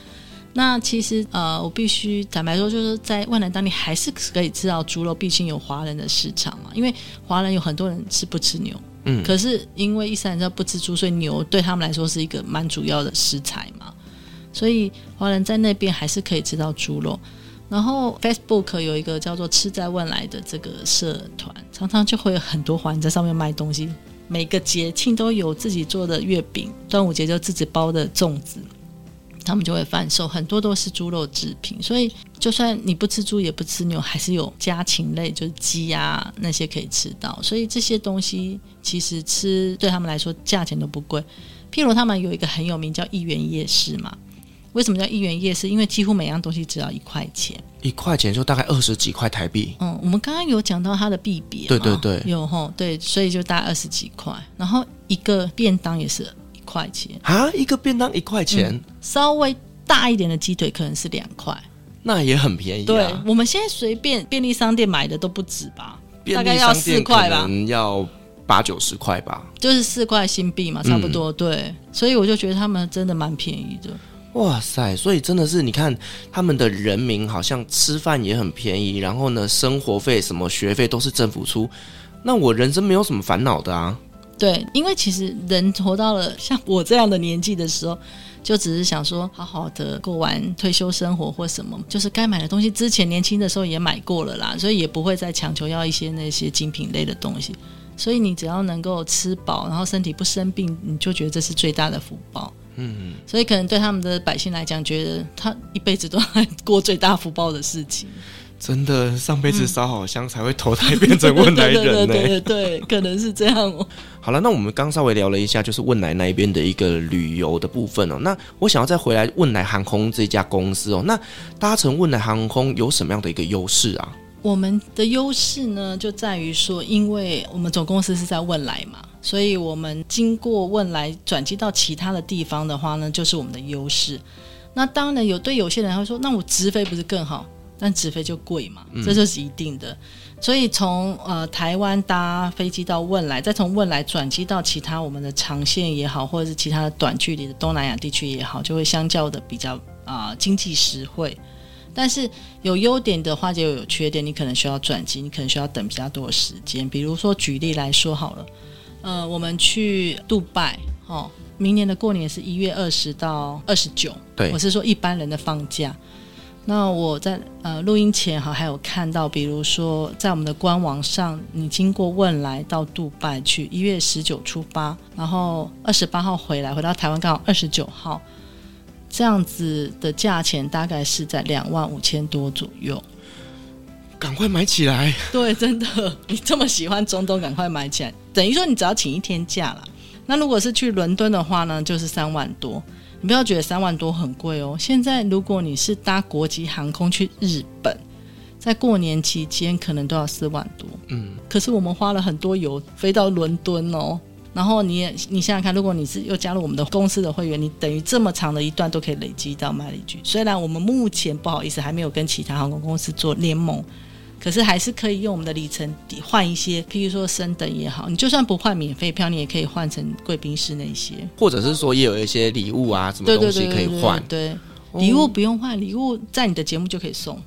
那其实我必须坦白说，就是在万岚当地还是可以吃到猪肉，毕竟有华人的市场嘛。因为华人有很多人是不吃牛，可是因为伊斯兰教不吃猪，所以牛对他们来说是一个蛮主要的食材嘛。所以华人在那边还是可以吃到猪肉。然后 Facebook 有一个叫做吃在汶莱的这个社团，常常就会有很多华人在上面卖东西，每个节庆都有自己做的月饼，端午节就自己包的粽子，他们就会贩售，很多都是猪肉制品。所以就算你不吃猪也不吃牛，还是有家禽类，就是鸡啊那些可以吃到。所以这些东西其实吃对他们来说价钱都不贵。譬如他们有一个很有名叫一元夜市嘛，为什么叫一元夜市？因为几乎每样东西只要1块钱 ，1块钱就大概20几块台币。 我们刚刚有讲到它的币别， 对对对， 有齁，对，所以就大概20几块。然后一个便当也是1块钱啊，一个便当1块钱， 稍微大一点的鸡腿可能是2块， 那也很便宜啊。 对，我们现在随便便利商店买的都不止吧， 大概要4块吧，可能要80-90块吧， 就是4块新币嘛，差不多。对，所以我就觉得他们真的蛮便宜的。 哇塞，所以真的是你看他们的人民好像吃饭也很便宜，然后呢生活费什么学费都是政府出，那我人生没有什么烦恼的啊。 对，因为其实人活到了像我这样的年纪的时候，就只是想说好好的过完退休生活或什么，就是该买的东西之前年轻的时候也买过了啦，所以也不会再强求要一些那些精品类的东西。所以你只要能够吃饱，然后身体不生病，你就觉得这是最大的福报。所以可能对他们的百姓来讲，觉得他一辈子都在过最大福报的事情。 真的，上辈子烧好香才会投胎变成汶莱人呢。 对，可能是这样哦。 好了，那我们刚稍微聊了一下，就是汶莱那一边的一个旅游的部分哦。那我想要再回来汶莱航空这家公司哦，那搭乘汶莱航空有什么样的一个优势啊？ 我们的优势呢，就在于说，因为我们总公司是在汶莱嘛，所以我们经过汶莱转机到其他的地方的话呢，就是我们的优势。那当然对有些人会说，那我直飞不是更好？但直飞就贵嘛，这就是一定的。所以从台湾搭飞机到汶莱，再从汶莱转机到其他我们的长线也好，或者是其他的短距离的东南亚地区也好，就会相较的比较经济实惠。但是有优点的话就有缺点，你可能需要转机，你可能需要等比较多的时间。比如说举例来说好了，我们去杜拜明年的过年是1月20到29，对，我是说一般人的放假。那我在录音前还有看到，比如说在我们的官网上，你经过汶莱到杜拜去，1月19出发，然后28号回来，回到台湾刚好29号，这样子的价钱大概是在25000多左右。 赶快买起来！ 对，真的，你这么喜欢中东，赶快买起来。等于说你只要请1天假啦。那如果是去伦敦的话呢，就是3万多。你不要觉得3万多很贵哦。现在如果你是搭国际航空去日本，在过年期间可能都要4万多。可是我们花了很多油飞到伦敦哦。然后你想想看，如果你是又加入我们的公司的会员，你等于这么长的一段都可以累积到mileage。虽然我们目前不好意思还没有跟其他航空公司做联盟，可是还是可以用我们的里程换一些，譬如说升等也好，你就算不换免费票，你也可以换成贵宾室那些， 或者是说也有一些礼物啊，什么东西可以换。 对，礼物不用换，礼物在你的节目就可以送。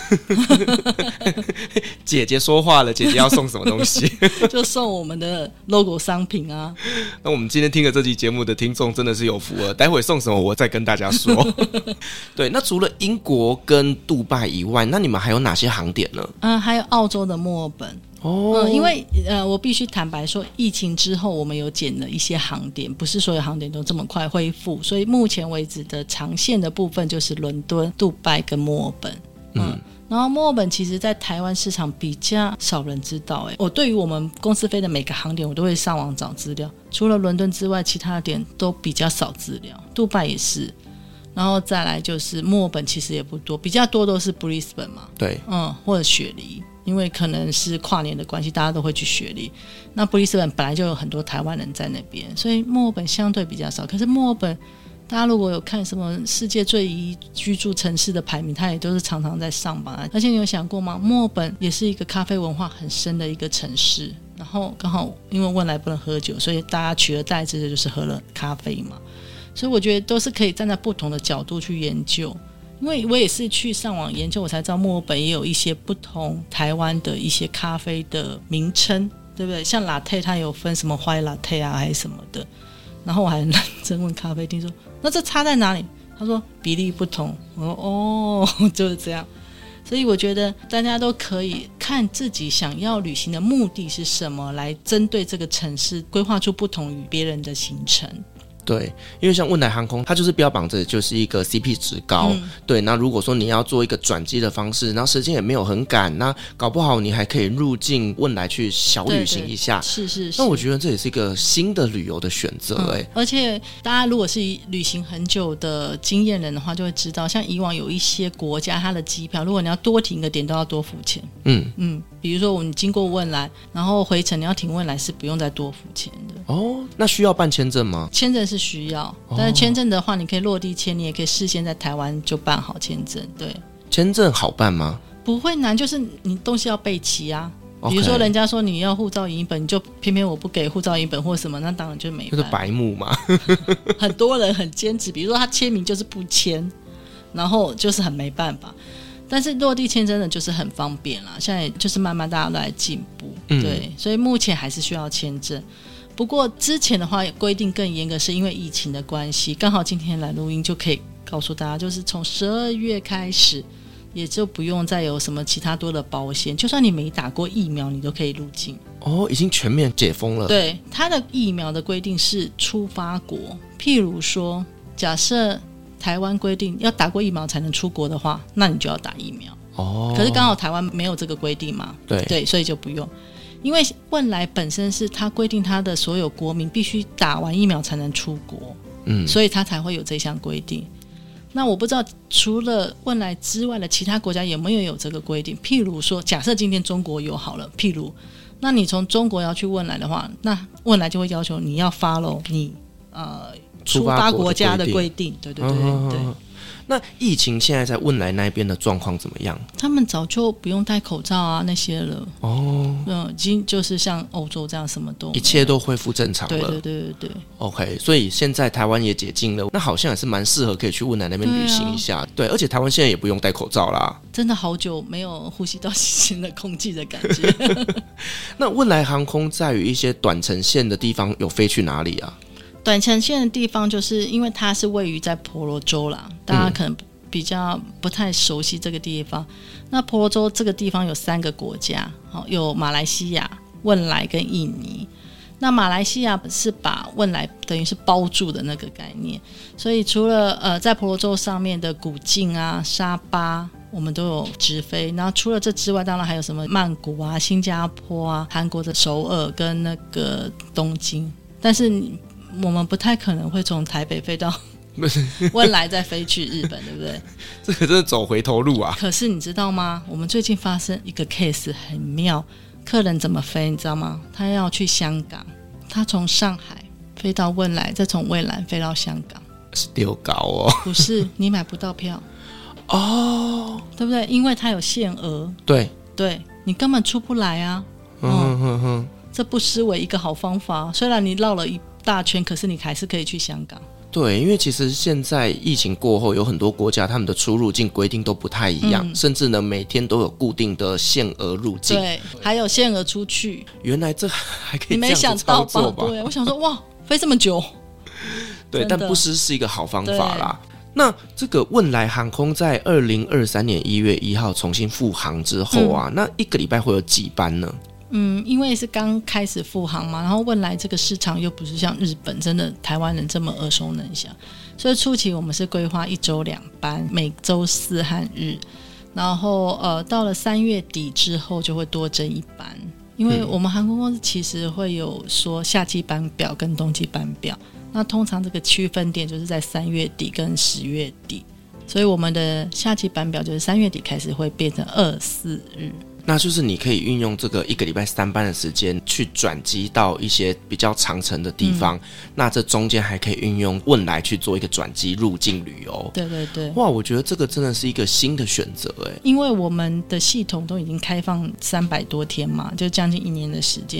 姐姐说话了，姐姐要送什么东西？ 就送我们的 logo 商品啊。 那我们今天听了这期节目的听众真的是有福了，待会送什么我再跟大家说。对，那除了英国跟杜拜以外，那你们还有哪些航点呢？ 还有澳洲的墨尔本。因为我必须坦白说，疫情之后我们有减了一些航点，不是所有航点都这么快恢复，所以目前为止的长线的部分就是伦敦、杜拜跟墨尔本。然后墨尔本其实在台湾市场比较少人知道。我对于我们公司飞的每个航点我都会上网找资料，除了伦敦之外其他的点都比较少资料，杜拜也是，然后再来就是墨尔本其实也不多，比较多都是 Brisbane 嘛， 对， 或者雪梨，因为可能是跨年的关系，大家都会去雪梨。那 Brisbane 本来就有很多台湾人在那边，所以墨尔本相对比较少。可是墨尔本大家如果有看什么世界最宜居住城市的排名，它也都是常常在上榜。而且你有想过吗？墨尔本也是一个咖啡文化很深的一个城市，然后刚好因为汶莱不能喝酒，所以大家取而代之的就是喝了咖啡嘛。所以我觉得都是可以站在不同的角度去研究。 因为我也是去上网研究，我才知道墨尔本也有一些不同台湾的一些咖啡的名称，对不对？像 latte 它有分什么 white latte 啊还是什么的，然后我还很认真问咖啡厅说那这差在哪里，他说比例不同，我说哦就是这样。所以我觉得大家都可以看自己想要旅行的目的是什么，来针对这个城市规划出不同于别人的行程。 对，因为像汶莱航空它就是标榜着就是一个 CP 值高，对，那如果说你要做一个转机的方式，然后时间也没有很赶，那搞不好你还可以入境汶莱去小旅行一下， 对对，是那我觉得这也是一个新的旅游的选择而且大家如果是旅行很久的经验人的话，就会知道像以往有一些国家它的机票如果你要多停个点都要多付钱，比如说我们经过汶莱然后回程你要停汶莱是不用再多付钱的。 那需要办签证吗？ 签证是需要，但是签证的话你可以落地签，你也可以事先在台湾就办好签证。对，签证好办吗？ 不会难，就是你东西要备齐啊。比如说人家说你要护照影本，你就偏偏我不给护照影本或什么，那当然就没办法， 就是白目嘛很多人很坚持，比如说他签名就是不签，然后就是很没办法。但是落地签真的就是很方便啦，现在就是慢慢大家都在进步，对，所以目前还是需要签证。不过之前的话规定更严格，是因为疫情的关系，刚好今天来录音就可以告诉大家，就是从12月开始也就不用再有什么其他多的保险，就算你没打过疫苗你都可以入境。 已经全面解封了。 对，它的疫苗的规定是出发国，譬如说假设台湾规定要打过疫苗才能出国的话，那你就要打疫苗。可是刚好台湾没有这个规定嘛，对，所以就不用。因为汶莱本身是他规定他的所有国民必须打完疫苗才能出国，所以他才会有这项规定。那我不知道除了汶莱之外的其他国家有没有这个规定，譬如说假设今天中国有好了，譬如那你从中国要去汶莱的话，那汶莱就会要求你要 follow 你出发国家的规定。对。 那疫情现在在汶莱那边的状况怎么样？ 他们早就不用戴口罩啊那些了。已经就是像欧洲这样什么都一切都恢复正常了。 对 OK， 所以现在台湾也解禁了，那好像也是蛮适合可以去汶莱那边旅行一下。对，而且台湾现在也不用戴口罩啦。 真的好久没有呼吸到新鲜的空气的感觉那汶莱航空在于一些短程线的地方有飞去哪里啊？ 短程线的地方就是因为它是位于在婆罗洲啦，大家可能比较不太熟悉这个地方。那婆罗洲这个地方有3个国家，有马来西亚、汶莱跟印尼。那马来西亚是把汶莱等于是包住的那个概念，所以除了在婆罗洲上面的古晋啊、沙巴我们都有直飞，然后除了这之外当然还有什么曼谷啊、新加坡啊、韩国的首尔跟那个东京，但是我们不太可能会从台北飞到汶莱再飞去日本对不对？ 这个真的走回头路啊。 可是你知道吗，我们最近发生一个 case 很妙，客人怎么飞你知道吗？他要去香港，他从上海飞到汶莱，再从汶莱飞到香港， 是丢高哦。 不是，你买不到票对不对？因为他有限额。对，你根本出不来啊。这不失为一个好方法，虽然你绕了一大圈，可是你还是可以去香港。 对，因为其实现在疫情过后，有很多国家他们的出入境规定都不太一样，甚至呢每天都有固定的限额入境， 对，还有限额出去。 原来这还可以这样子操作吧？ 对，我想说哇，飞这么久。 对，但不失是一个好方法啦。那这个汶莱航空在2023年1月1号重新复航之后啊，那一个礼拜会有几班呢？ 因为是刚开始复航嘛，然后汶莱这个市场又不是像日本真的台湾人这么耳熟能详，所以初期我们是规划1周2班，每周4和日，然后到了3月底之后就会多增1班，因为我们航空公司其实会有说夏季班表跟冬季班表，那通常这个区分点就是在3月底跟10月底，所以我们的夏季班表就是3月底开始会变成24日。 那就是你可以运用这个一个礼拜3班的时间去转机到一些比较长程的地方，那这中间还可以运用汶莱去做一个转机入境旅游。 对， 哇，我觉得这个真的是一个新的选择耶， 因为我们的系统都已经开放300多天嘛，就将近1年的时间，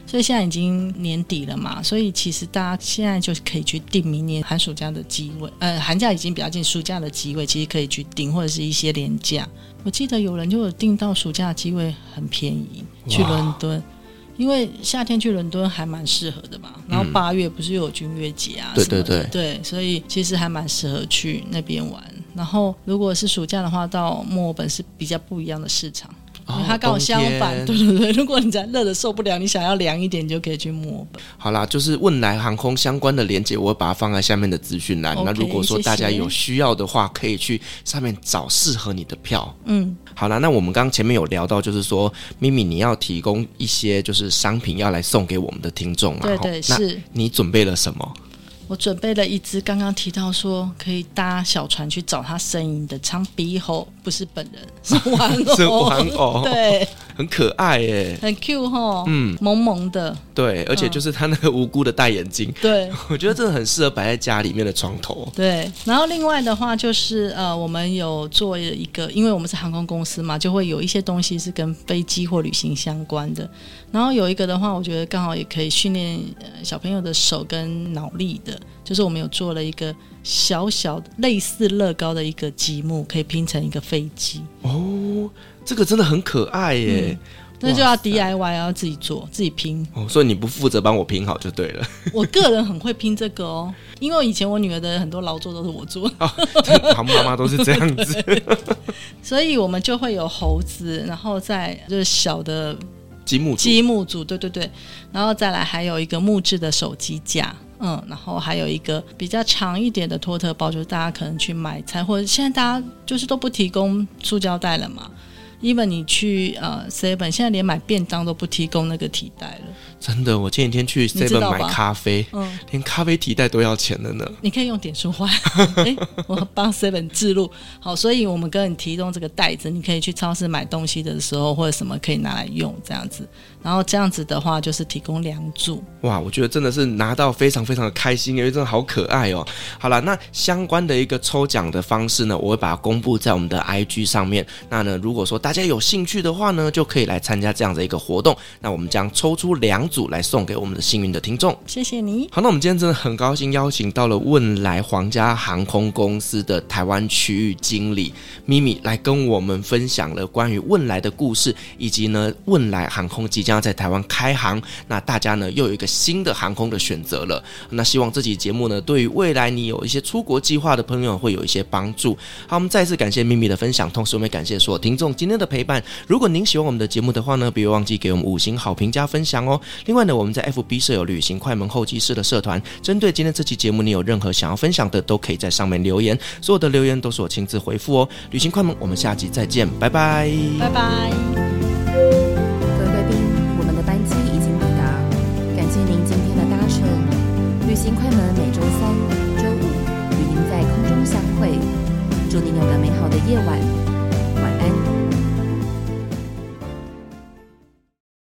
所以现在已经年底了嘛，所以其实大家现在就可以去订明年寒暑假的机位，寒假已经比较近，暑假的机位其实可以去订，或者是一些连假。我记得有人就有订到暑假的机位很便宜，去伦敦。因为夏天去伦敦还蛮适合的嘛，然后8月不是又有君悦节啊，对，所以其实还蛮适合去那边玩。然后如果是暑假的话，到墨尔本是比较不一样的市场，因为它刚好相反，对，如果你在热的受不了，你想要凉一点，你就可以去墨尔本。 好啦，就是未来航空相关的连结，我会把它放在下面的资讯栏。那如果说大家有需要的话，可以去上面找适合你的票。好啦，那我们刚刚前面有聊到，就是说咪咪你要提供一些就是商品要来送给我们的听众嘛， 对，是。 你准备了什么？ 我准备了一只刚刚提到说可以搭小船去找他身影的长鼻猴，不是本人，是玩偶。 是玩偶， 对， 很可爱耶， 很 cute 齁，萌萌的， 对，而且就是他那个无辜的戴眼镜， 对， 我觉得真的很适合摆在家里面的床头。 对，然后另外的话就是我们有做一个，因为我们是航空公司嘛，就会有一些东西是跟飞机或旅行相关的。然后有一个的话，我觉得刚好也可以训练小朋友的手跟脑力的，就是我们有做了一个小小的类似乐高的一个积木，可以拼成一个飞机。 哦，这个真的很可爱耶。 那就要 DIY， 要自己做自己拼。 所以你不负责帮我拼好就对了。 我个人很会拼这个哦，因为以前我女儿的很多劳作都是我做。 好，妈妈都是这样子。 所以我们就会有猴子，然后再就是小的积木组，对，然后再来还有一个木质的手机架。然后还有一个比较长一点的托特包，就是大家可能去买菜，或者现在大家就是都不提供塑胶袋了嘛。even 你去7现在连买便当都不提供那个提袋了。 真的，我前几天去 7 买咖啡，连咖啡提袋都要钱了呢。 你可以用点数换。我帮 7置入。好，所以我们跟你提供这个袋子，你可以去超市买东西的时候或者什么可以拿来用这样子。然后这样子的话就是提供2组。哇， 我觉得真的是拿到非常非常的开心，因为真的好可爱哦。好了，那相关的一个抽奖的方式呢，我会把它公布在我们的 IG 上面。那呢，如果说大家有兴趣的话呢，就可以来参加这样的一个活动。那我们将抽出2组来送给我们的幸运的听众。 谢谢你。 好，那我们今天真的很高兴邀请到了汶莱皇家航空公司的台湾区域经理咪咪来跟我们分享了关于汶莱的故事，以及呢汶莱航空即将要在台湾开航，那大家呢又有一个新的航空的选择了。那希望这期节目呢对于未来你有一些出国计划的朋友会有一些帮助。好，我们再次感谢咪咪的分享，同时我们也感谢所有听众今天的陪伴。如果您喜欢我们的节目的话呢，别忘记给我们5星好评加分享哦。另外呢，我们在 FB 设有旅行快门候机室的社团，针对今天这期节目你有任何想要分享的，都可以在上面留言，所有的留言都是我亲自回复哦。旅行快门，我们下集再见，拜拜， 拜拜。 各位贵宾，我们的班机已经抵达，感谢您今天的搭乘。旅行快门每周3、周5与您在空中相会，祝您有个美好的夜晚，晚安。